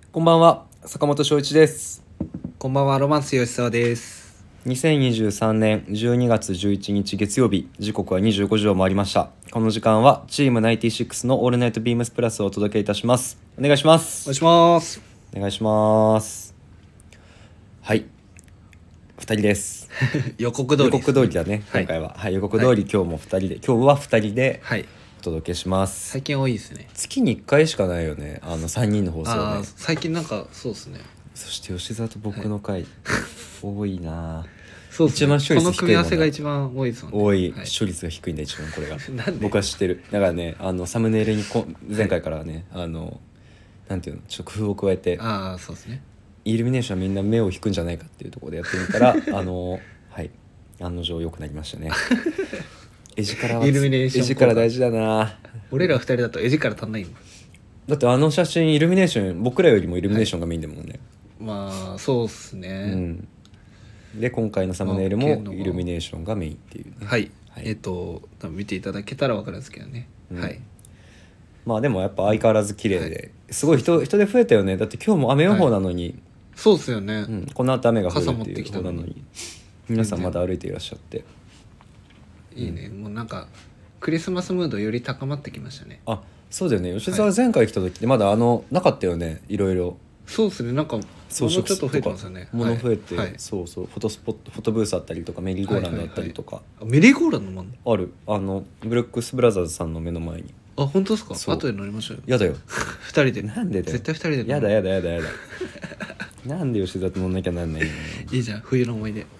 こんばんは、坂本翔一です。 こんばんは、ロマンス吉沢です。 2023年12月11日月曜日、時刻は25時を回りました。この時間はチーム96のオールナイトビームスプラスをお届けいたします。お願いします。 お願いします。 お願いします。はい、2人です。 予告通りです、 予告通りだね、今回は。はい、予告通り、今日も2人で、今日は2人ではい。 お届けします。 最近多いですね。 月に1回しかないよね、3人の放送ね。 最近なんかそうですね。 そして吉沢と僕の回、多いな。 そうですね。 一番視聴率低いもんな。 この組み合わせが一番多いですもんね。 多い、 はい、 視聴率が低いんだ一番これがなんで僕は知ってる。だからね、サムネイルに前回からね、なんていうの、ちょっと工夫を加えて、 そうですね。 イルミネーションはみんな目を引くんじゃないかっていうところでやってみたらはい案の定良くなりましたね。絵力はイルミネーション絵力大事だな。 俺ら二人だと絵力足んないの。 だってあの写真イルミネーション、僕らよりもイルミネーションがメインだもんね。 まあそうっすね。 うん。で今回のサムネイルもイルミネーションがメインっていうね。 はい、 はい、 多分見ていただけたら分かるんですけどね、 うん、 はい。 まあでもやっぱ相変わらず綺麗で、はい、すごい人で増えたよね。だって今日も雨予報なのに、はい、 そうですよね、 この後雨が降るっていう傘持ってきたのに皆さんまだ歩いていらっしゃって、 いいね、もうなんかクリスマスムードより高まってきましたね。 あ、そうだよね。吉沢前回来た時ってまだなかったよね、いろいろ。 そうですね、なんかもうちょっと増えてますよね。 物増えて、 はい、 そうそう、フォトブースあったりとかメリーゴーランドあったりとか、 メリーゴーランドもある。ブルックスブラザーズさんの目の前に。 あ、本当ですか。後で乗りましょうよ。 やだよ二人で。 なんでだよ、 絶対二人で乗る。 やだやだやだやだなんで吉沢と乗んなきゃなんないの。 いいじゃん、冬の思い出。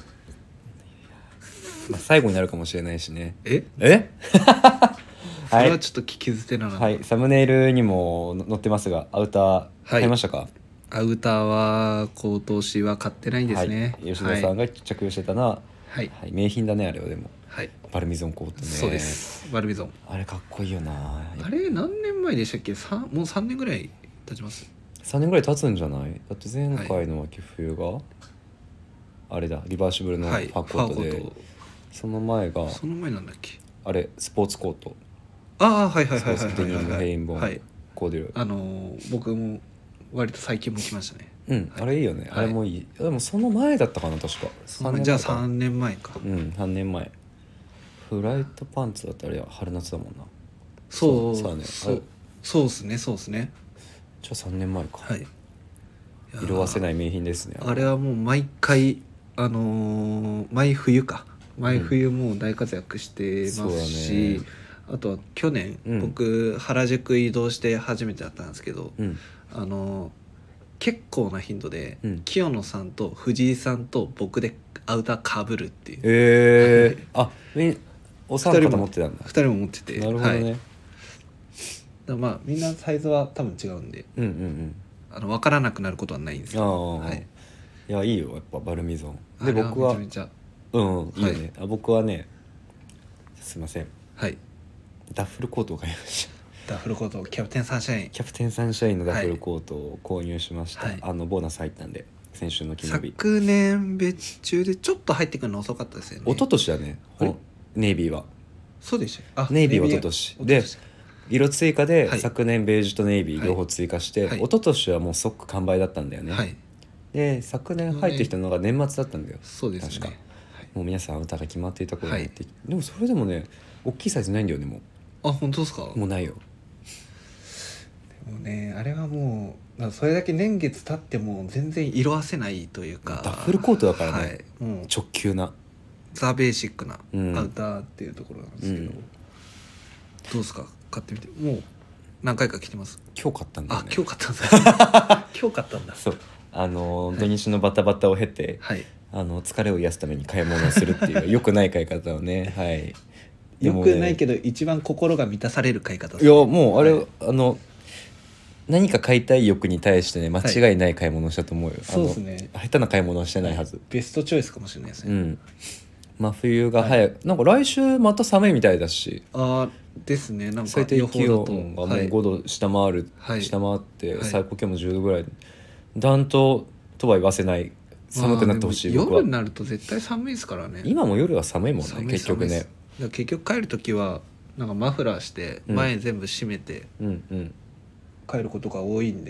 まあ最後になるかもしれないしね。 えそれはちょっと聞き捨てなの。 はい、サムネイルにも載ってますが、アウター買いましたか。 アウターは今年は買ってないんですね、 はい、吉田さんが着用してたのは、はいはい、名品だねあれは。でも、はい、バルミゾンコートね。 そうです、バルミゾン。 あれかっこいいよな。 あれ何年前でしたっけ。もう3年ぐらい経ちます。 3年ぐらい経つんじゃない。だって前回の秋冬が、はい、あれだ、リバーシブルのファーコートで、はい、その前なんだっけ、 あれスポーツコート。 はいはいはいはいはい、デニムヘインボーン、はい、コーデュロ。僕も割と最近も来ましたね。 うん、はい、あれいいよね、はい、あれもいい。でもその前だったかな確か。 じゃあ3年前か。 うん3年前。フライトパンツだったらあれは春夏だもんな。 そうですね。 じゃあ3年前か。はい、色褪せない名品ですね。 あれはもう毎回毎冬もう大活躍してますし、あとは去年、僕原宿移動して初めてだったんですけど、結構な頻度で、清野さんと藤井さんと僕でアウターかぶるっていう。 あ、お三方持ってたんだ。 2人も持ってて。 なるほどね。 だまあみんなサイズは多分違うんで、分からなくなることはないんですけど、 いやいいよやっぱバルミゾンで。僕はめちゃめちゃいいよね。僕はね、すいません、ダッフルコートを買いました。 ダッフルコート、キャプテンサンシャインのダッフルコートを購入しました。ボーナス入ったんで、先週の金曜日。 昨年別注でちょっと入ってくるの遅かったですよね。 一昨年だね、ネイビーは。 そうでした。 ネイビーは一昨年で、色追加で昨年ベージュとネイビー両方追加して、一昨年はもう即完売だったんだよね。で昨年入ってきたのが年末だったんだよ。 そうですね、 確か。もう皆さん歌が決まっていた頃に入って、でもそれでもね、大きいサイズないんだよね、もう。 あ、本当ですか。 もうないよ。 でもね、あれはもうそれだけ年月経っても全然色あせないというか、 ダッフルコートだからね、もう直球なザ・ベーシックなアウターっていうところなんですけど、どうですか、買ってみて。もう何回か着てます。 今日買ったんだよね。 今日買ったんだ今日買ったんだ。 そう、土日のバタバタを経て、疲れを癒すために買い物をするっていう良くない買い方をね、はい、 良くないけど一番心が満たされる買い方。 いやもうあれ、何か買いたい欲に対してね、間違いない買い物をしたと思うよ。 そうですね、 下手な買い物はしてないはず。 ベストチョイスかもしれないですね。 真冬が早く、なんか来週また寒いみたいだし。 ですね。なんか最低気温がもう5度下回って、最高気温も10度ぐらい、暖冬とは言わせない寒くなってほしい。 夜になると絶対寒いですからね。 今も夜は寒いもんね、結局ね。 結局帰る時はなんかマフラーして前全部閉めて帰ることが多いんで、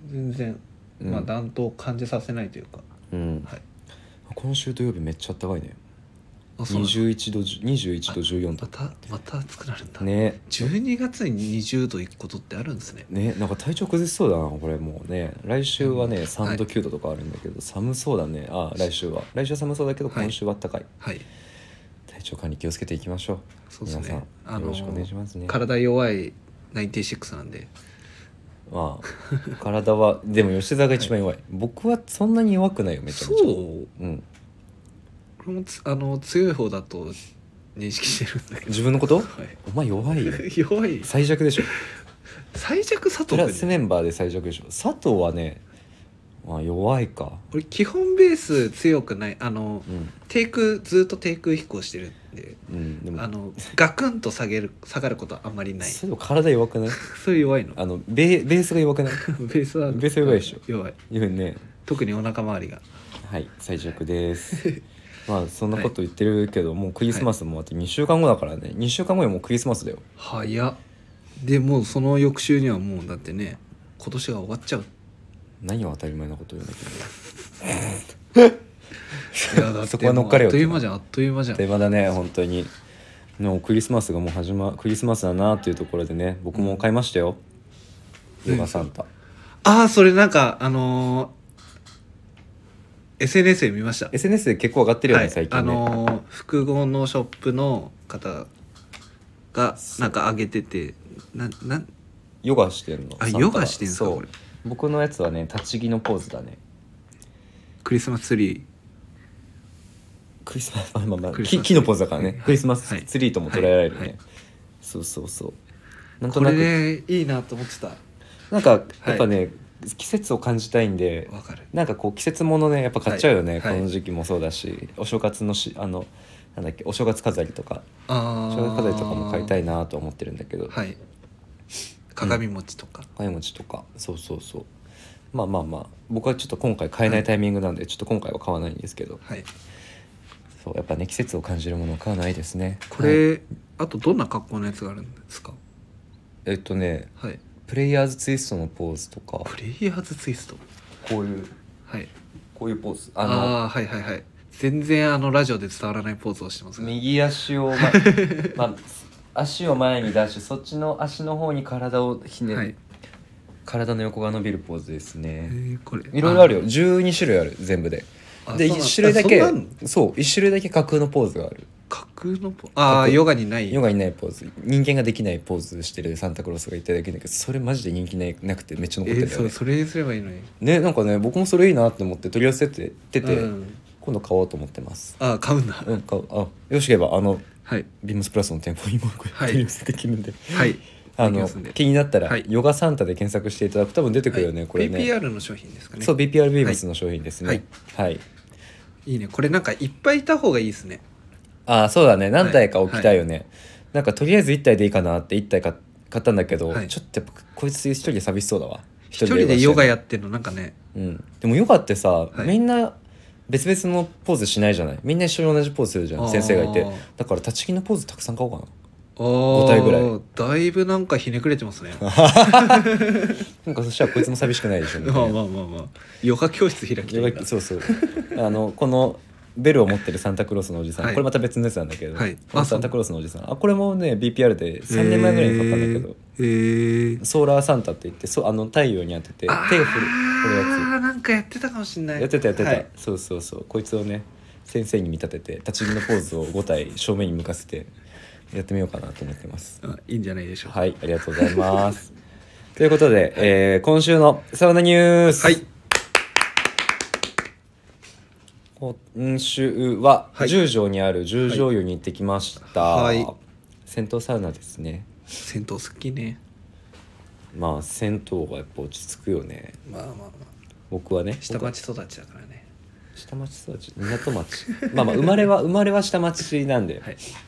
全然、まあ暖冬を感じさせないというか、 はい、今週土曜日めっちゃ暖かいね。21度14度。 また暑くなるんだね。 12月に20度いくことってあるんですね。 ね、なんか体調崩しそうだなこれ。もうね来週はね3度9度とかあるんだけど、寒そうだね。来週は寒そうだけど今週は暖かい、体調管理気をつけていきましょう。 そうですね、 皆さんよろしくお願いしますね。 体弱い96なんで、 まあ体はでも吉沢が一番弱い、僕はそんなに弱くないよめちゃめちゃ。 これも強い方だと認識してるんだけど。 自分のこと、お前弱いよ。 弱い。 最弱でしょ。 最弱佐藤君。 プラスメンバーで最弱でしょ。佐藤はね、まあ、弱いか。 俺基本ベース強くない。低空ずっと低空飛行してるんで、でもガクンと下がることはあんまりない。 それも体弱くない？ それ弱いの？ ベースが弱くない？ ベースは弱いでしょ。 弱いね。 特にお腹周りが。 はい、最弱です。まあそんなこと言ってるけど、もうクリスマスも終わって2週間後だからね。2週間後にもうクリスマスだよ。 早っ。でもうその翌週にはもうだってね、今年が終わっちゃう。 何を当たり前なこと言うんだけど。いやだってそこは乗っかれよ。あっという間じゃん。あっという間だね本当に。のクリスマスがもうクリスマスだなっていうところでね、僕も買いましたよ。ヨガサンタ。 それなんかSNS で見ました。 SNS で結構上がってるよね、最近ね。 複合のショップの方がなんか上げてて、 ヨガしてんの。 ヨガしてんすか。 これ僕のやつはね立ち木のポーズだね。 クリスマスツリー。 クリスマス木のポーズだからね、クリスマスツリーとも捉えられるね。そうなんとなくこれいいなと思ってた。 なんかやっぱね、季節を感じたいんで、なんかこう季節ものねやっぱ買っちゃうよね、この時期もそうだし、お正月のなんだっけ、お正月飾りとか正月飾りとかも買いたいなと思ってるんだけど、 鏡餅とか、 鏡餅とか、そうまあ僕はちょっと今回買えないタイミングなんで、ちょっと今回は買わないんですけど、そうやっぱね季節を感じるものを買わないですね。 これ、あとどんな格好のやつがあるんですか。 プレイヤーズツイストのポーズとか。 プレイヤーズツイスト、 こういうポーズ、 全然ラジオで伝わらないポーズをしてますね。 右足を、足を前に出し、そっちの足の方に体をひねる、体の横が伸びるポーズですね。これいろいろあるよ。12種類ある全部で。で1種類だけ1種類だけ架空のポーズがある。 架空のポーズ。ヨガにないポーズ、人間ができないポーズしてるサンタクロースがいただけだけど、それマジで人気なくてめっちゃ残ってるんだよね。 それすればいいのにね。なんかね僕もそれいいなって思って取り寄せてて、今度買おうと思ってます。 買うんだ。 買う。よしければビームスプラスの店舗にも取り寄せできるんで、気になったらヨガサンタで検索していただくと多分出てくるよね、これね。 BPR の商品ですかね。 そう BPR ビームスの商品ですね。 いいね。これなんかいっぱいいた方がいいですね。 そうだね。何体か置きたいよね。なんかとりあえず1体でいいかなって1体買ったんだけど、ちょっとやっぱこいつ一人で寂しそうだわ。 一人でヨガやってるのなんかね。 でもヨガってさ、みんな別々のポーズしないじゃない。みんな一緒に同じポーズするじゃん、先生がいて。だから立ち木のポーズたくさん買おうかな。5体ぐらい。 だいぶなんかひねくれてますね。 なんかそしたらこいつも寂しくないでしょみたいな。 ヨガ教室開きたい。 そうこのベルを持ってるサンタクロースのおじさん、これまた別のやつなんだけど、サンタクロースのおじさん、これもね BPR で3年前ぐらいに買ったんだけど、ソーラーサンタって言って太陽に当てて手を振るやつ。 なんかやってたかもしれない。 やってた。そうこいつをね先生に見立てて立ち木のポーズを5体正面に向かせてやってみようかなと思ってます。 いいんじゃないでしょうか。 ありがとうございますということで、今週のサウナニュース。今週は十条にある十条湯に行ってきました。銭湯サウナですね。 銭湯好きね。 銭湯がやっぱ落ち着くよね。僕はね下町育ちだからね。 下町育ち、港町生まれは下町なんで、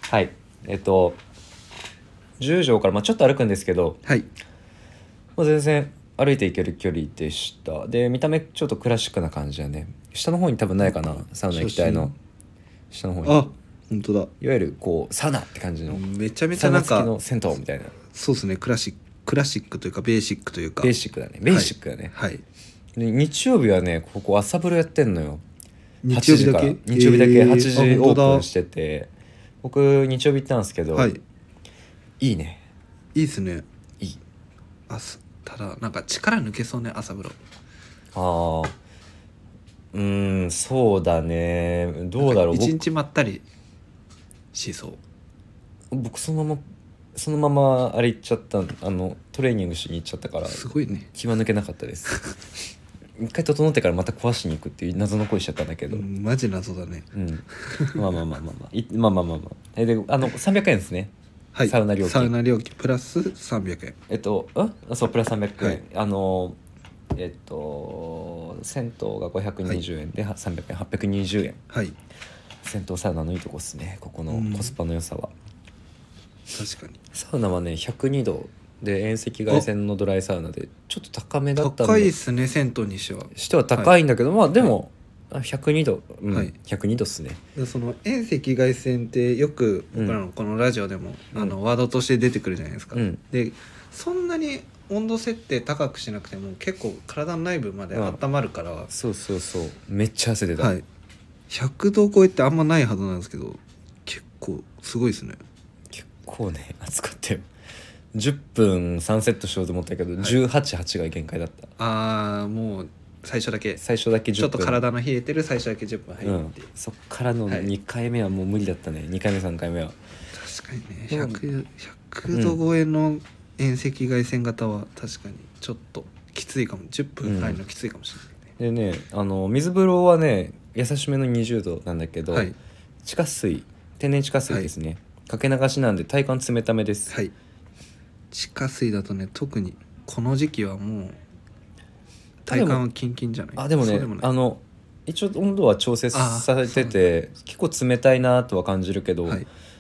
十条からちょっと歩くんですけど、全然歩いて行ける距離でした。で見た目ちょっとクラシックな感じだね。下の方に多分ないかな、サウナ行きたいの。下の方に本当だ。 いわゆるこうサウナって感じのめちゃめちゃなんかサウナ付きの銭湯みたいな。 そうですね、クラシックラシックというかベーシックというかベーシックだねベーシックだね、 はい、はい、 で日曜日はねここ朝風呂やってんのよ。 日曜日だけ日曜日だけ8時あオープンしてて、僕日曜日行ったんですけど、 はい、 いいね。 いいっすね。 いい。 ただなんか力抜けそうね朝風呂。 ああそうだね。どうだろう。 一日まったりしそう。 僕そのままあれ行っちゃった、トレーニングしに行っちゃったからすごいね。 気は抜けなかったです一回整ってからまた壊しに行くっていう謎の恋しちゃったんだけど、 マジ謎だね。 まあで300円ですね、 はい、 サウナ料金。 サウナ料金プラス300円。 そうプラス300円、 はい、 銭湯が520円で300円820円。 はい、 銭湯サウナのいいとこっすね、ここのコスパの良さは。 確かにサウナはね102度で遠赤外線のドライサウナでちょっと高めだったんで、 高いっすね銭湯にしては高いんだけど、まあでも、102度、 はい、 102度っすね。 その遠赤外線ってよく僕らのこのラジオでも、ワードとして出てくるじゃないですか、でそんなに温度設定高くしなくても結構体の内部まで温まるから、 そうめっちゃ汗出た、 はい、100度超えってあんまないはずなんですけど結構すごいですね。 結構ね暑かったよ。10分3セットしようと思ったけど、18が限界だった。 もう最初だけ 10分ちょっと体の冷えてる最初だけ10分入って、 そっからの2回目はもう無理だったね、2回目3回目は。 確かにね100度超えの遠赤外線型は確かにちょっときついかも。10分入るのきついかもしれないね、 でね水風呂はね優しめの20度なんだけど、地下水天然地下水ですね、かけ流しなんで体感冷ためです。 はい、地下水だとね特にこの時期はもう体感はキンキンじゃない。 でもね一応温度は調節されてて結構冷たいなとは感じるけど、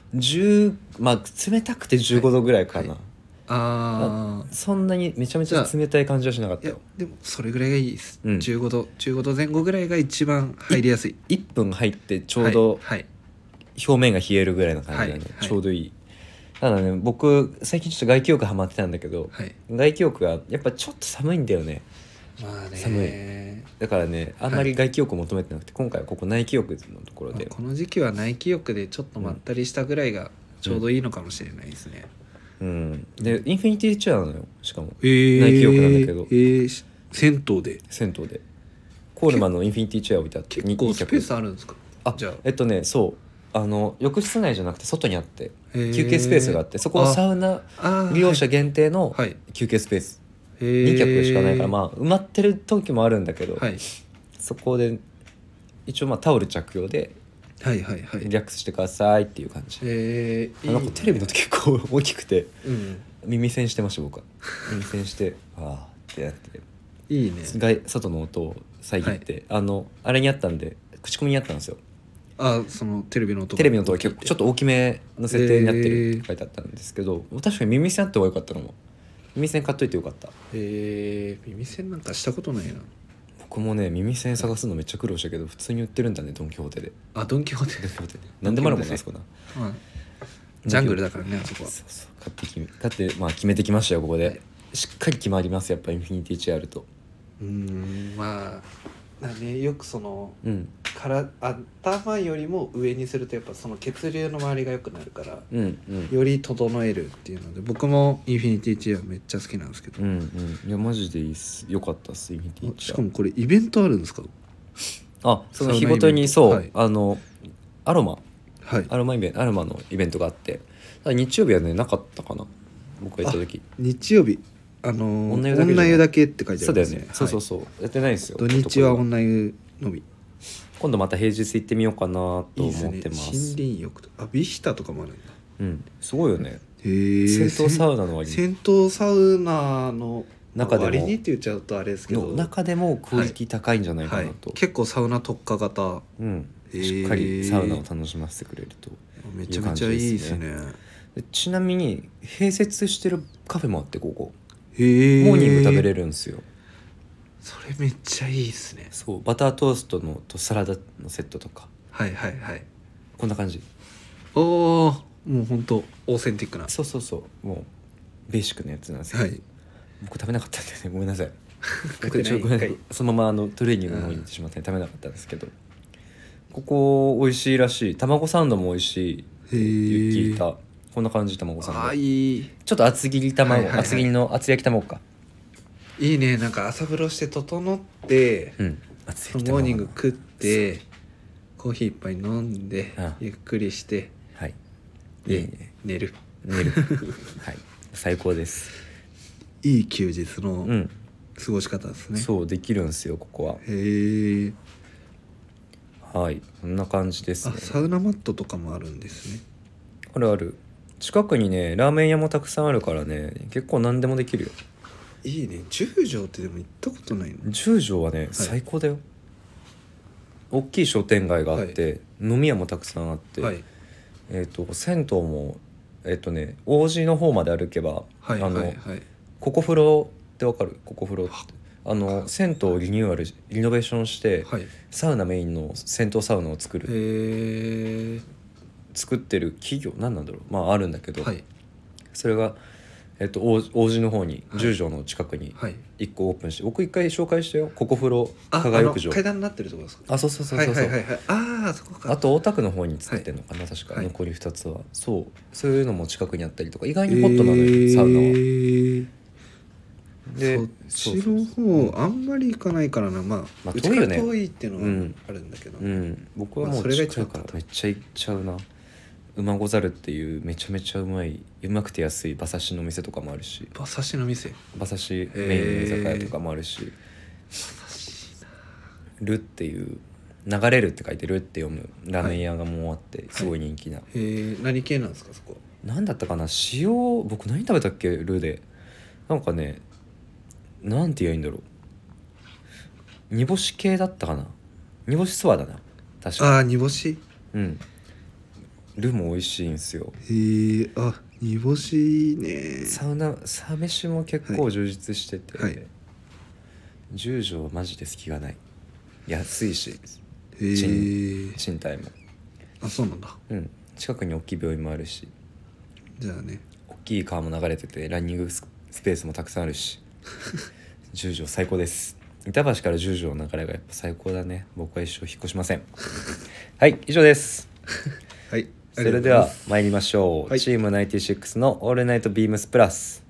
冷たくて15度ぐらいかな、そんなにめちゃめちゃ冷たい感じはしなかったよ。 でもそれぐらいがいいです、15度前後ぐらいが一番入りやすい。 1分入ってちょうど表面が冷えるぐらいの感じなんで、ちょうどいい。ただね僕最近ちょっと外気浴ハマってたんだけど、外気浴がやっぱちょっと寒いんだよね。寒いだからねあんまり外気浴を求めてなくて、今回はここ内気浴のところで、 この時期は内気浴でちょっとまったりしたぐらいがちょうどいいのかもしれないですね。 でインフィニティチェアなのよ、しかも、内気浴なんだけど、 銭湯でコールマンのインフィニティチェア置いてあって、 結構スペースあるんですか。 じゃあそう浴室内じゃなくて外にあって休憩スペースがあって、そこはサウナ利用者限定の休憩スペース、2脚しかないから埋まってる時もあるんだけど、そこで一応タオル着用でリラックスしてくださいっていう感じ。なんかテレビの時結構大きくて、耳栓してました僕は。耳栓してわーってやっていいね。 外の音を遮って、あれにあったんで口コミにあったんですよ。 そのテレビの音は結構ちょっと大きめの設定になってるって書いてあったんですけど、確かに耳栓あった方がよかったかも。耳栓買っといてよかった。 耳栓なんかしたことないな。 僕もね耳栓探すのめっちゃ苦労したけど、普通に売ってるんだね、ドン・キホーテで。 ドン・キホーテ何でもあるもんな、あそこな。 ジャングルだからね、あそこは。 買って決めてきましたよ、ここで。しっかり決まります、やっぱインフィニティチェアあると。 よくその、頭よりも上にするとやっぱその血流の周りが良くなるから、より整えるっていうので、僕もインフィニティチェアめっちゃ好きなんですけど、 いやマジでいいっす、よかったっすインフィニティチェア。 しかもこれイベントあるんですか。 その日ごとにアロマのイベントがあって、日曜日はねなかったかな、僕が行った時。 日曜日女湯だけって書いてあるんですね。 そうやってないですよ。 土日は女湯のみ。 今度また平日行ってみようかなと思ってます。 森林浴とビヒタとかもあるんだ。 すごいよね。銭湯サウナの割に、 銭湯サウナの中でも割にって言っちゃうとあれですけど、 中でもクオリティ高いんじゃないかなと。 結構サウナ特化型、 しっかりサウナを楽しませてくれるとめちゃめちゃいいですね。 ちなみに併設してるカフェもあって、ここモーニング食べれるんですよ。 それめっちゃいいですね。 そうバタートーストとサラダのセットとか、こんな感じ。 もうほんとオーセンティックな。 そうもうベーシックなやつなんですよ、 はい僕食べなかったんでね、ごめんなさい食べてないごめんなさいそのままトレーニングの方に行ってしまって、食べなかったんですけど、ここ美味しいらしい。卵サンドも美味しいって聞いた。こんな感じ、卵サンド。 あいいちょっと厚切り卵、 はいはいはい、 厚切りの厚焼き卵か。 いいね。なんか朝風呂して整って、 厚焼きモーニング食ってコーヒー一杯飲んで、ゆっくりして、 はい、 でいいね、 寝るはい、最高です。 いい休日の過ごし方ですね、 そうできるんですよここは。 へえ。 はい、こんな感じですね。 サウナマットとかもあるんですね。 あるある。近くにねラーメン屋もたくさんあるからね、結構何でもできるよ。 いいね。十条ってでも行ったことないの。 十条はね、最高だよ。大きい商店街があって、飲み屋もたくさんあって、銭湯も王子の方まで歩けば、ココフロってわかる？ココフロって銭湯をリニューアルリノベーションして、サウナメインの銭湯サウナを作ってる企業なんだろう、あるんだけど、それが王子の方に十条の近くに1個オープンして、僕1回紹介したよ。ココフロ加賀浴場。 階段になってるところですか？ そうそう、 そこか。 あと大田区の方に作ってるのかな、確か、残り2つは。そういうのも近くにあったりとか、意外にホットなのよ、サウナは。 でそっちの方あんまり行かないからな。うちから遠いっていうのはあるんだけど、 僕はもう近いからめっちゃ行っちゃうな。馬子猿っていうめちゃめちゃうまくて安い馬刺しの店とかもあるし。 馬刺しの店？ 馬刺しメインの居酒屋とかもあるし、ルっていう流れるって書いてルって読むラーメン屋がもうあって、すごい人気な。 何系なんですかそこ？ 何だったかな、僕何食べたっけ、ルで。なんかね、なんて言えばいいんだろう、煮干し系だったかな。煮干しそばだな確か。 煮干し。 ルも美味しいんですよ。 煮干しね。 サ飯も結構充実してて、十条はマジで隙がない。安いし、賃貸も。 そうなんだ。 近くに大きい病院もあるし、 じゃあね、 大きい川も流れてて、ランニングスペースもたくさんあるし十条最高です。板橋から十条の流れがやっぱ最高だね。僕は一生引っ越しませんはい、以上ですそれでは参りましょう、チーム96のオールナイトビームスプラス。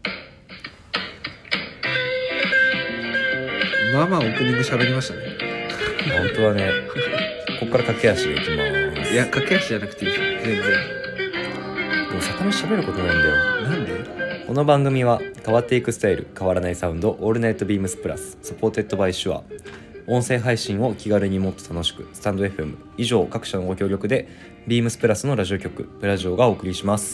オープニング喋りましたね。 本当はねこっから駆け足でいきます。 いや駆け足じゃなくていいですよ、全然。 でも魚喋ることないんだよ。 なんで？ この番組は変わっていくスタイル、変わらないサウンド、オールナイトビームスプラス、サポーテッドバイシュア。音声配信を気軽にもっと楽しく、スタンド FM 以上各社のご協力でビームスプラスのラジオ局プラジオがお送りします。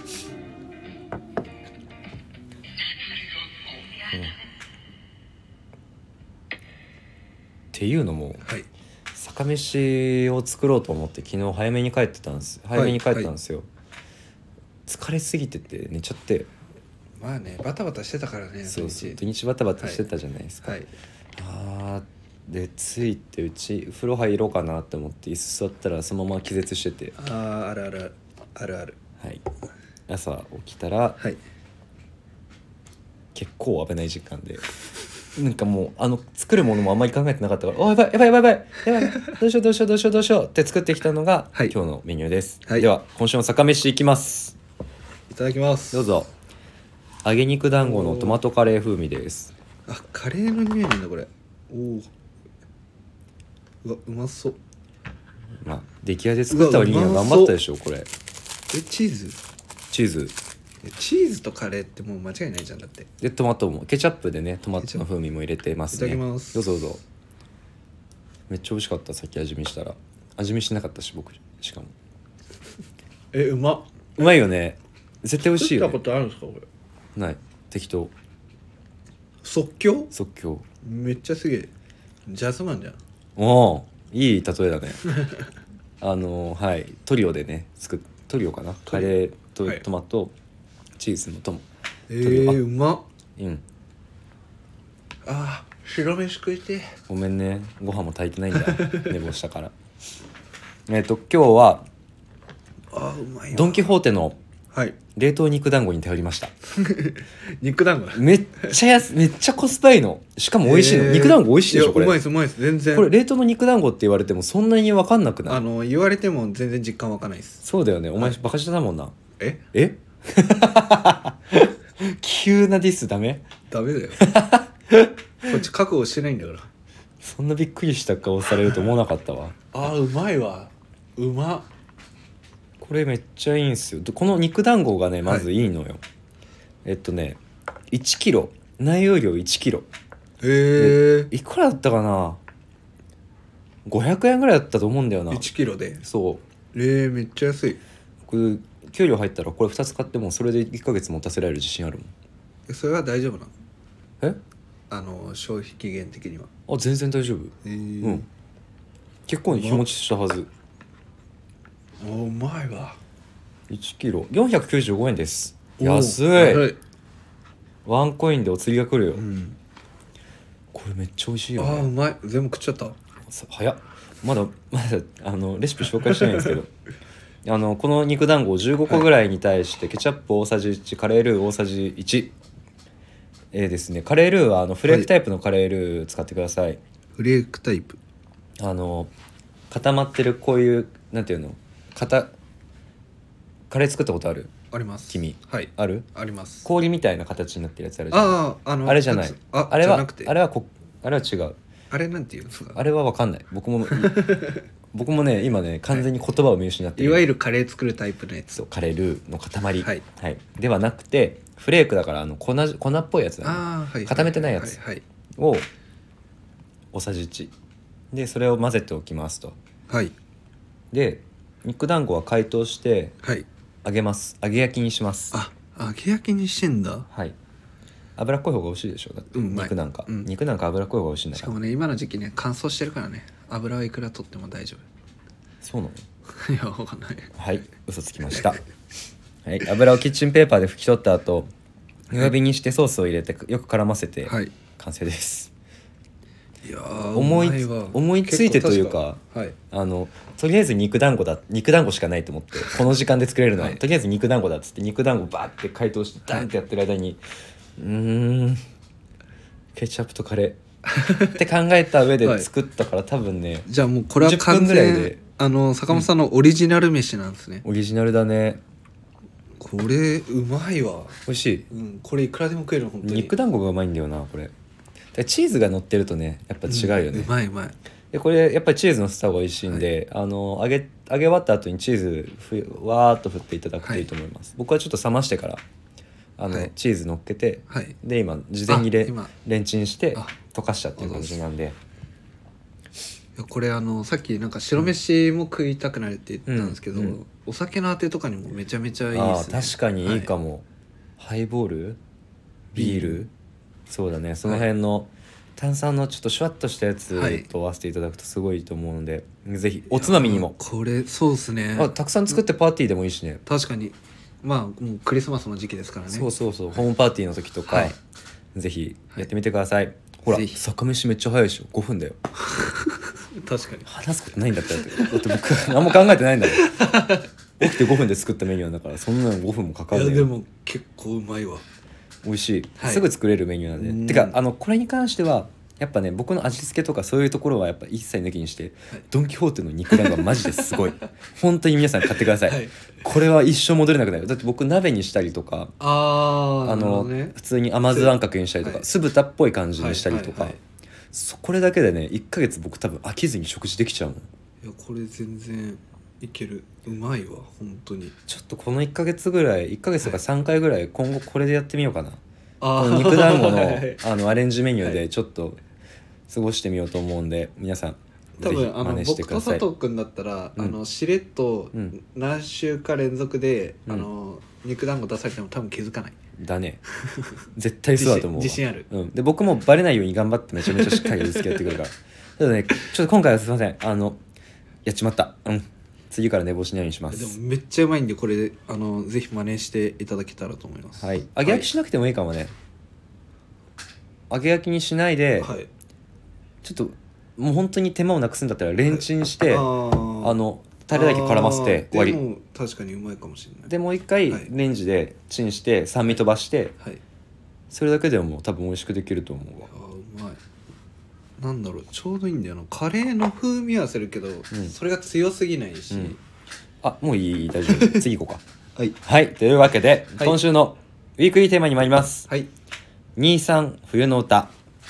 っていうのも、酒飯を作ろうと思って昨日早めに帰ってたんですよ。疲れすぎてて寝ちゃって。 バタバタしてたからね。 土日バタバタしてたじゃないですか。で着いて風呂入ろうかなって思って椅子座ったらそのまま気絶してて。 ある。 朝起きたら、結構危ない時間でなんかもう作るものもあんまり考えてなかったから、やばいどうしようって作ってきたのが、今日のメニューです。では今週の酒飯いきます。 いただきます。 どうぞ。揚げ肉団子のトマトカレー風味です。 カレーの匂いなんだこれ。うまそう。 出来合いで作った割には頑張ったでしょこれ。 チーズとカレーってもう間違いないじゃん。だってでトマトもケチャップでね、トマトの風味も入れてますね。 いただきます。 どうぞ。めっちゃ美味しかった。さっき味見したら味見しなかったし僕。しかもうまいよね。絶対美味しいよね。 作ったことあるんですかこれ？ ない。適当。 即興めっちゃすげえ。ジャズマンじゃん。いい例えだねトリオでねトリオかな。カレーとトマト、チーズのトリオ。 うまっ。白飯食いて。 ごめんね、ご飯も炊いてないんだ寝坊したから今日はうまいドン・キホーテのはい。 冷凍肉団子に頼りました。 肉団子めっちゃコスパいいの。しかも美味しいの。肉団子美味しいでしょこれ。 うまいですうまいです。全然これ冷凍の肉団子って言われてもそんなに分かんなくない？ 言われても全然実感湧かないです。 そうだよね。お前バカ舌だもんな。 え急なディスダメ？ ダメだよ。こっち覚悟してないんだから。 そんなびっくりした顔されると思わなかったわ。 うまいわ。うまっ。 これめっちゃいいんすよ。この肉団子がねまずいいのよ。1キロ内容量1キロいくらだったかな、500円ぐらいだったと思うんだよな。 1キロで。 そうめっちゃ安い。 僕給料入ったらこれ2つ買ってもそれで1ヶ月持たせられる自信あるもん。 それは大丈夫なの？ え消費期限的には。 全然大丈夫。うん結構日持ちしたはず。 うまいわ。 1キロ495円です。安い。ワンコインでお釣りが来るよ、これめっちゃ美味しいよね。 うまい。全部食っちゃった。 早っ。まだレシピ紹介してないんですけどこの肉団子15個ぐらいに対してケチャップ大さじ1カレールー大さじ1ですね。カレールーはフレークタイプのカレールー使ってください。 フレークタイプ。 固まってるこういうなんていうのカレー作ったことある？ あります。 君ある？ あります。 氷みたいな形になってるやつあるじゃん。あれじゃない。あれは違う。 あれなんていうんですか？ あれは分かんない。僕もね今ね完全に言葉を見失ってる。 いわゆるカレー作るタイプのやつ。 そうカレールーの塊、ではなくてフレークだから粉っぽいやつだね。固めてないやつを大さじ1でそれを混ぜておきますと。で肉団子は解凍して揚げます。揚げ焼きにします。 揚げ焼きにしてんだ。 脂っこい方が美味しいでしょ。だって肉なんか脂っこい方が美味しいんだから。 しかもね今の時期ね乾燥してるからね油はいくら取っても大丈夫。 そうなの？ いや分かんない。 嘘つきました油をキッチンペーパーで拭き取った後弱火にしてソースを入れてよく絡ませて完成です。 いや思いついてというかとりあえず肉団子しかないと思ってこの時間で作れるのはとりあえず肉団子だっつって肉団子バーって解凍してダンってやってる間にケチャップとカレーって考えた上で作ったから多分ねじゃあもうこれは完全坂本さんのオリジナル飯なんですね。 オリジナルだね。 これうまいわ。 美味しい。 これいくらでも食える。本当に肉団子がうまいんだよなこれ。チーズが乗ってるとねやっぱ違うよね。 うまいうまい。 でこれやっぱりチーズのせた方が美味しいんで、揚げ終わった後にチーズわーっと振っていただくといいと思います。僕はちょっと冷ましてからチーズ乗っけて、で今事前にレンチンして溶かしちゃっていう感じなんで。 これさっきなんか白飯も食いたくなるって言ったんですけど、お酒のあてとかにもめちゃめちゃいいですね。 確かにいいかも。ハイボールビールそうだね。その辺の炭酸のちょっとシュワッとしたやつと合わせていただくとすごいいいと思うので、ぜひおつまみにもこれそうですね。 たくさん作ってパーティーでもいいしね。 確かにもうクリスマスの時期ですからね。 そうホームパーティーの時とか、ぜひやってみてください。ほら酒飯めっちゃ早いでしょ。5分だよ確かに話すことないんだって。だって僕何も考えてないんだもん起きて5分で作ったメニューだからそんなの5分もかかるね。 いやでも結構うまいわ。 美味しい、すぐ作れるメニューなんで。てかこれに関してはやっぱね僕の味付けとかそういうところはやっぱ一切抜きにして、ドン・キホーテの肉団子はマジですごい本当に皆さん買ってください、これは一生戻れなくなる。だって僕鍋にしたりとか普通に甘酢あんかけにしたりとか、酢豚っぽい感じにしたりとか、これだけでね1ヶ月僕多分飽きずに食事できちゃうもん。 いやこれ全然いける。うまいわ本当に。 ちょっとこの1ヶ月ぐらい1ヶ月とか3回ぐらい今後これでやってみようかな。この肉団子のアレンジメニューでちょっと過ごしてみようと思うんで、皆さん多分真似して僕とください。 佐藤君だったら、しれっと何週か連続で、肉団子出されても多分気づかない。 だね絶対そうだと思う。 自信ある。 で僕もバレないように頑張ってめちゃめちゃしっかり味付けやってくるからただねちょっと今回はすいませんやっちまった。次から寝坊しないようにします。 でもめっちゃうまいんでこれぜひ真似していただけたらと思います。 揚げ焼きしなくてもいいかもね。揚げ焼きにしないで、ちょっともう本当に手間をなくすんだったらレンチンしてタレだけ絡ませて終わり。 でも確かにうまいかもしれない。 でもう一回はいレンジでチンして酸味飛ばして、 はい、 それだけでも多分美味しくできると思うわ。 うまい。なんだろう、ちょうどいいんだよな。カレーの風味はするけど、それが強すぎないし、 あ、もういい、大丈夫。次行こうか。 はい、 はい、というわけで、 はい今週のウィークリーテーマに参ります。 はい、 23冬の歌。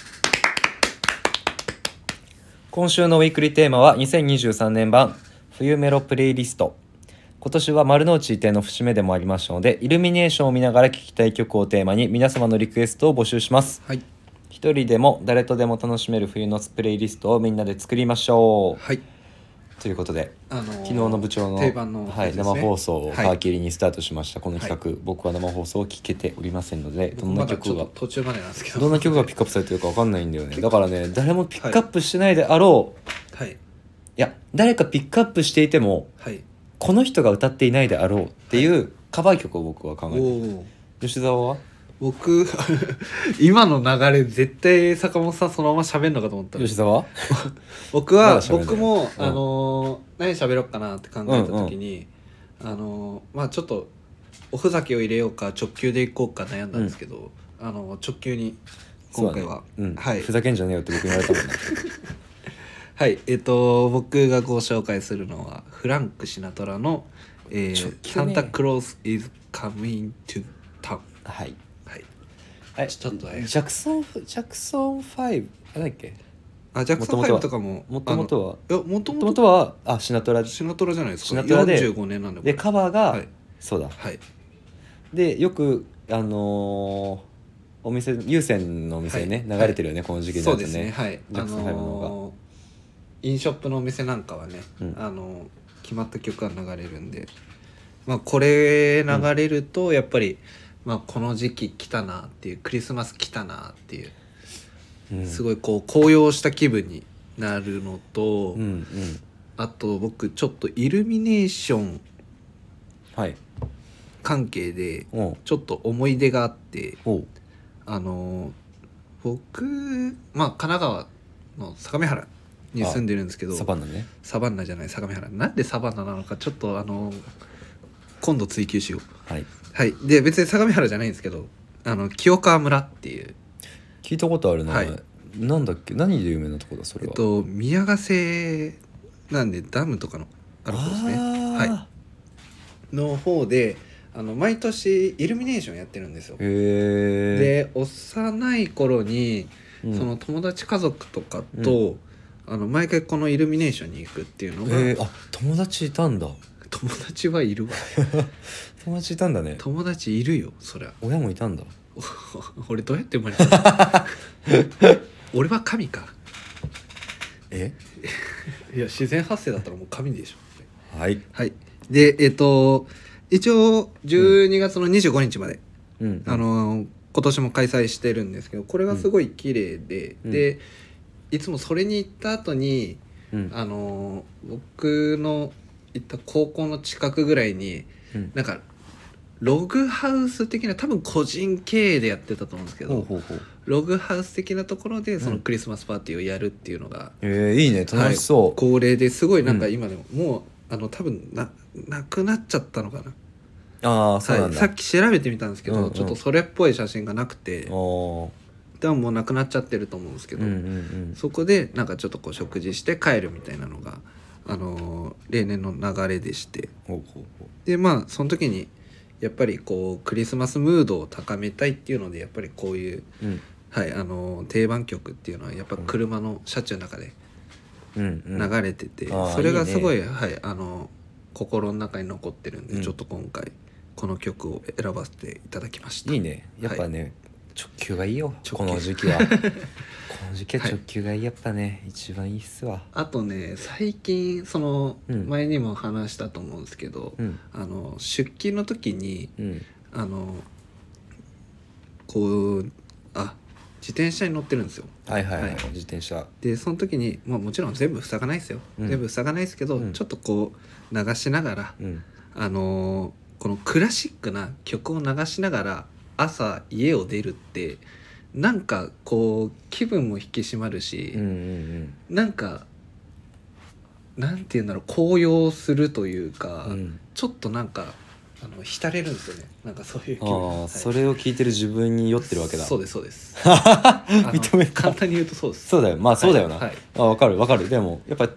今週のウィークリーテーマは2023年版冬メロプレイリスト。今年は丸の内移転の節目でもありましたので、イルミネーションを見ながら聴きたい曲をテーマに皆様のリクエストを募集します。 はい、 一人でも誰とでも楽しめる冬のプレイリストをみんなで作りましょう。 はい、 ということで、昨日の部長の定番のはい、 やつですね。 生放送をはい皮切りにスタートしましたこの企画、僕は生放送を聞けておりませんので、どんなまだちょ曲がっと途中までなんですけど、 どんな曲がピックアップされてるか分かんないんだよね。だからね、誰もピックアップしてないであろう、 はい、 いや誰かピックアップしていてもはい、 この人が歌っていないであろうっていうカバー曲を僕は考えてる。 お吉沢は僕今の流れ絶対坂本さんそのまま喋るのかと思ったら、 吉沢僕はまだ喋んない僕も、 うん何喋ろうかなって考えた時に、まあちょっとおふざけを入れようか直球でいこうか悩んだんですけど、直球に今回は、 そうだね、 はいふざけんじゃねえよって僕に言われたもんねはい、僕がご紹介するのはフランク・シナトラのサンタクロース is coming to town。 はいはい、ちょっとジャクソン5あれだっけ。 ジャクソン5とかももともとはもともとはシナトラシナトラじゃないですか。 シナトラで 45年なんで。 でカバーが、 はい、 そうだ、 はい、 でよくお店有線のお店でね、 はい、 流れてるよね、この時期のやつね。 そうですね、はい、 ジャクソン5の方が飲ショップのお店なんかはね、決まった曲が流れるんで、まあこれ流れるとやっぱり、まあこの時期来たなっていう、クリスマス来たなっていう、すごいこう高揚した気分になるのと、あと僕ちょっとイルミネーション関係でちょっと思い出があって、僕まあ神奈川の相模原に住んでるんですけど、 サバンナね。 サバンナじゃない、相模原。なんでサバンナなのかちょっと今度追求しよう。 はい、 はい、で別に相模原じゃないんですけど、清川村っていう、 聞いたことあるな、 はい、 なんだっけ、何で有名なとこだそれは。 宮ヶ瀬なんでダムとかのある方ですね。はい、の方で毎年イルミネーションやってるんですよ。で幼い頃に、その友達家族とかと、毎回このイルミネーションに行くっていうのが、 友達いたんだ。 友達はいるわ友達いたんだね。 友達いるよそりゃ。 親もいたんだ俺どうやって生まれた俺は神か。いや自然発生だったらもう神でしょ。 はい、 はい、で一応12月の25日まで、今年も開催してるんですけど、これがすごい綺麗で、でいつもそれに行った後に、僕の行った高校の近くぐらいに、なんかログハウス的な、多分個人経営でやってたと思うんですけど、ログハウス的なところでそのクリスマスパーティーをやるっていうのが、 いいね、楽しそう、 恒例ですごいなんか今でも、もう多分なくなっちゃったのかな。 そうなんだ。 さっき調べてみたんですけど、ちょっとそれっぽい写真がなくて、多分もうなくなっちゃってると思うんですけど、そこでなんかちょっとこう食事して帰るみたいなのが、例年の流れでして、でまあその時にやっぱりこうクリスマスムードを高めたいっていうので、やっぱりこういう、定番曲っていうのはやっぱ車の車中の中で流れてて、それがすごい、心の中に残ってるんで、ちょっと今回この曲を選ばせていただきました。 いいね、やっぱね、直球がいいよ、この時期はこの時期は直球がいい、やっぱね、一番いいっすわ。 あとね、最近その前にも話したと思うんですけど、出勤の時に、こう自転車に乗ってるんですよ。自転車でその時に、もちろん全部塞がないですよ、全部塞がないですけど、ちょっとこう流しながら、このクラシックな曲を流しながら朝家を出るって、なんかこう気分も引き締まるし、なんかなんていうんだろう、高揚するというか、 うん、 ちょっとなんか浸れるんですよね、なんかそういう気分。 ああ、それを聞いてる自分に酔ってるわけだ。 そうですそうです認めた。 簡単に言うとそうです。 そうだよ、まあそうだよな、 はいはい、 あ、分かる分かる。でもやっぱ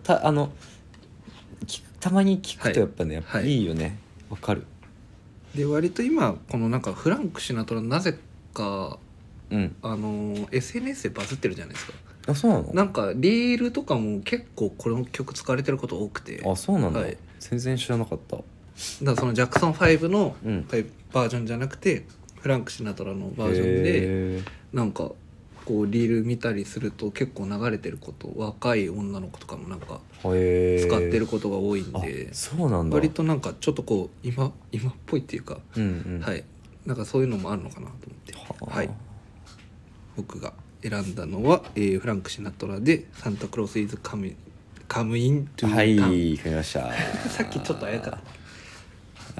たまに聞くとやっぱね、やっぱいいよね、分かる。 で割と今このなんかフランク・シナトラなぜかうん、 SNS でバズってるじゃないですか。 あ、そうなの。 なんかリールとかも結構この曲使われてること多くて、 あ、そうなんだ、 はい、 全然知らなかった。 だからそのジャクソン5のうんバージョンじゃなくてフランク・シナトラのバージョンでなんかこうリール見たりすると結構流れてること、若い女の子とかもなんか使ってることが多いんで、 そうなんだ。 割となんかちょっとこう今っぽいっていうか、 うんうん、 はい、なんかそういうのもあるのかなと思って、 はあ、 はい、僕が選んだのは、フランク・シナトラで「サンタクロース・イズ・カムイン・トゥ・はい、 タウン」 決めましたさっきちょっと早かった。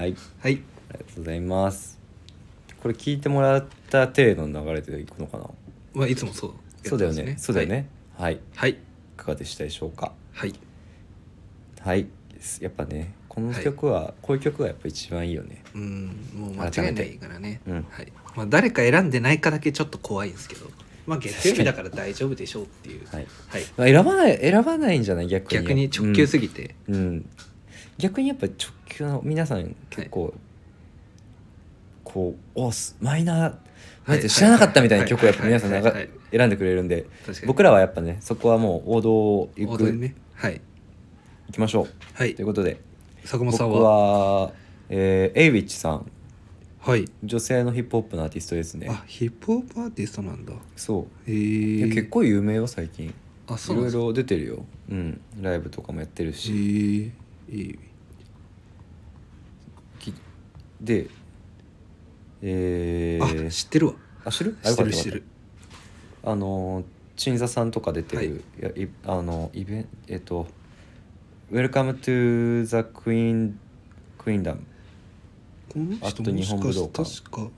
はい、 はい、 ありがとうございます。これ聞いてもらった程度の流れでいくのかな。 まあ、いつもそうやそうだよってますね、そうだよね、はい、 はいいかがでしたでしょうか。 はいはい、やっぱねこの曲は、こういう曲がやっぱ一番いいよね。 もう間違いないからね、 うん、 はい、まあ、誰か選んでないかだけちょっと怖いんですけど、まあ月曜日だから大丈夫でしょうっていう、 はい、 はい、 まあ、選ばないんじゃない、 逆に直球すぎて、 逆にやっぱ直球の皆さん結構、こうマイナー知らなかったみたいな曲をやっぱ皆さん選んでくれるんで、僕らはやっぱねそこはもう王道を行きましょう、はい、ということで坂本さんは僕は、エイウィッチさん、 はい、 女性のヒップホップのアーティストですね。 あ、ヒップホップアーティストなんだ。 そう、結構有名よ最近。 あ、そうなんですか。 いろいろ出てるよ、ライブとかもやってるし、であ、知ってるわ。 あ、知る？ 知る。 鎮座さんとか出てる、イベンWelcome to the Queendom あと日本武道館、 確か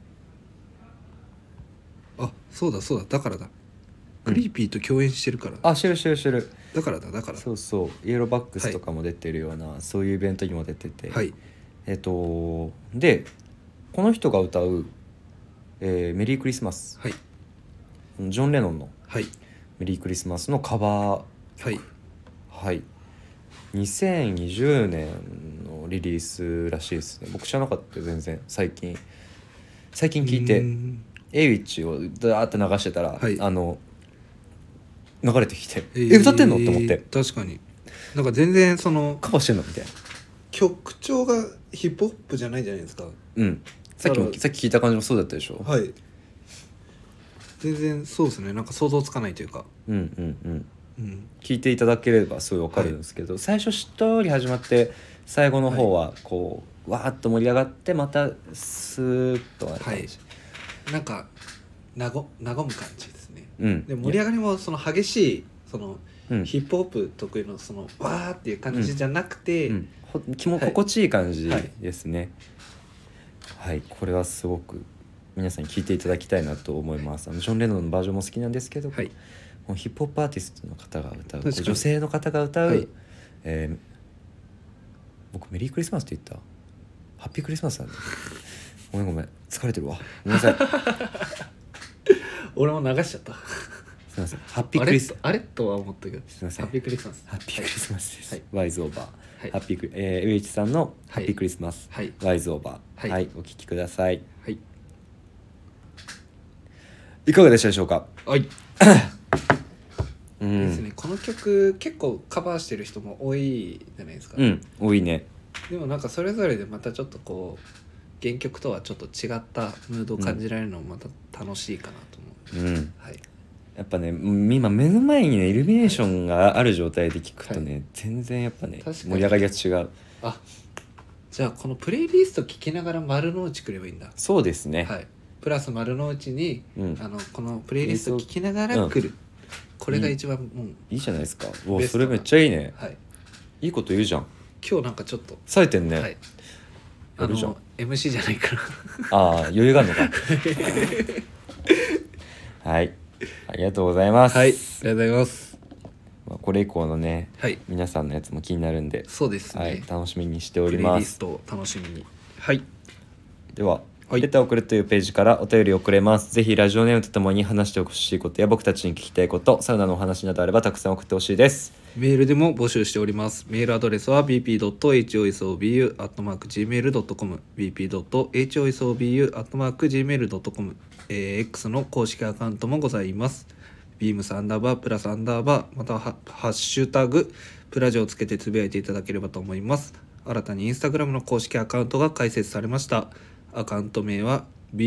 あ、そうだだからだ、クリーピーと共演してるから、 あ、知るだからそうそう、イエローバックスとかも出てるような、そういうイベントにも出てて、 はい、 でこの人が歌う、メリークリスマス、 はい、 ジョン・レノンのはい、 メリークリスマスのカバー曲、 はいはい、2020年のリリースらしいですね。僕知らなかったよ全然。最近聞いてエイウィッチをダーって流してたら、 はい、 流れてきて、歌ってんのって思って、 確かになんか全然そのカバーしてんのみたいな。 曲調がヒップホップじゃないじゃないですか。 さっき聞いた感じもそうだったでしょ。 はい、全然そうですね、なんか想像つかないというか、聞いていただければすごい分かるんですけど、最初しっとり始まって最後の方はこう、わーっと盛り上がってまたスーッとある感じ、 なんか和む感じですね、で盛り上がりもその激しいその、ヒップホップ特有のそのわーっていう感じじゃなくて、 心地いい感じですね。はい、これはすごく皆さんに聴いていただきたいなと思います。ジョン・レノンのバージョンも好きなんですけど、ヒップホップアーティストの方が歌う、女性の方が歌う、僕メリークリスマスって言った？ハッピークリスマスなんだ。ごめん疲れてるわ、ごめんなさい俺も流しちゃったすいません。ハッピークリスマスあれとは思ったけど、 すいません。 ハッピークリスマス、 ハッピークリスマスです、 はい、 ワイズオーバー、ハッピーエウエイチさんのハッピークリスマス、ワイズオーバー、はい、お聴きください。はい、いかがでしたでしょうか。 はいですね、この曲結構カバーしてる人も多いじゃないですか。 多いね。でもなんかそれぞれでまたちょっとこう原曲とはちょっと違ったムードを感じられるのもまた楽しいかなと思う、はい、 やっぱね今目の前にねイルミネーションがある状態で聴くとね、全然やっぱね盛り上がりが違う。 あ、じゃあこのプレイリスト聴きながら丸の内くればいいんだ。そうですね、はい、プラス丸の内に、このプレイリスト聴きながら来る、これが一番もういいじゃないですか。それめっちゃいいね、 はい、いいこと言うじゃん。 今日なんかちょっと冴えてんね、 はい、MC じゃないから余裕があるのかはい、ありがとうございます。 はい、ありがとうございます。 これ以降のね、 はい、 皆さんのやつも気になるんで、 そうですね、 はい、楽しみにしておりプレイます。 リストを楽しみに。はい、 では、 はい、 レターを送るというページからお便りを送れます。ぜひラジオネームとともに話してほしいことや僕たちに聞きたいこと、サウナのお話などあればたくさん送ってほしいです。 メールでも募集しております。メールアドレスは bp.hosobu@gmail.com bp.hosobu@gmail.com、X の公式アカウントもございます。beams_+_ またはハッシュタグプラジをつけてつぶやいていただければと思います。新たにインスタグラムの公式アカウントが開設されました。アカウント名は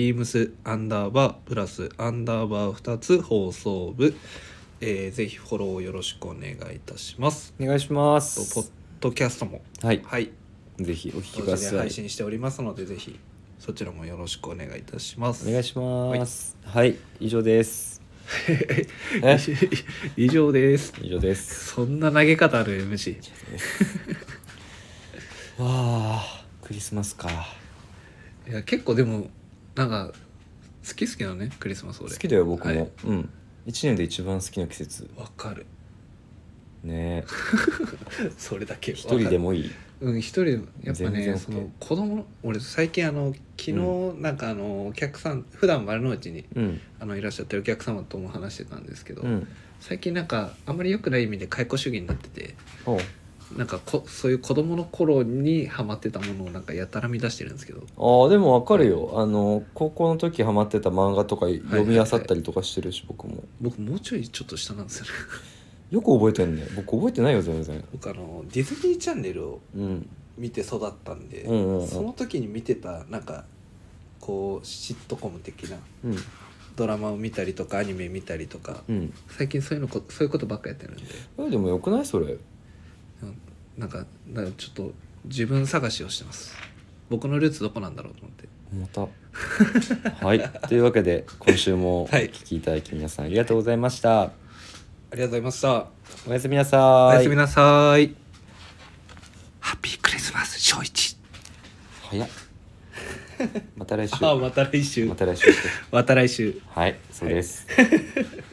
beams_+_2 つ放送部、ぜひフォローよろしくお願いいたします。 お願いします。 ポッドキャストもはい、 はい、 ぜひお聞きください。 同時で配信しておりますので、ぜひそちらもよろしくお願いいたします。 お願いします。はい、以上です。 以上です。 以上です。 そんな投げ方ある MC。 わあ、クリスマスか。 いや結構でもなんか好きだね、クリスマス。俺好きだよ僕も、 はい、 うん、1年で一番好きな季節。 わかるね。 それだけ一人でもいい。 うん、一人でもやっぱね、 OK、 その子供、俺最近昨日なんかお客さん、普段丸の内に、 うん、 いらっしゃってるお客様とも話してたんですけど、 うん、 最近なんかあんまり良くない意味で解雇主義になってて、なんかそういう子供の頃にハマってたものをなんかやたら見出してるんですけど。 ああ、でもわかるよ。高校の時ハマってた漫画とか読み漁ったりとかしてるし、僕ももうちょいちょっと下なんですよね。 よく覚えてんね。僕覚えてないよ全然。 僕ディズニーチャンネルを見て育ったんで、その時に見てたなんかこうシットコム的なドラマを見たりとかアニメ見たりとか、最近そういうことばっかやってるんで。 でもよくないそれ。 なんかちょっと自分探しをしてます。僕のルーツどこなんだろうと思って。 またはいというわけで今週もお聞きいただき皆さんありがとうございました。 ありがとうございました。 おやすみなさい。 おやすみなさい。ハッピークリスマス正一。 早っ。また来週。 また来週。 また来週。 また来週。 はい、そうです。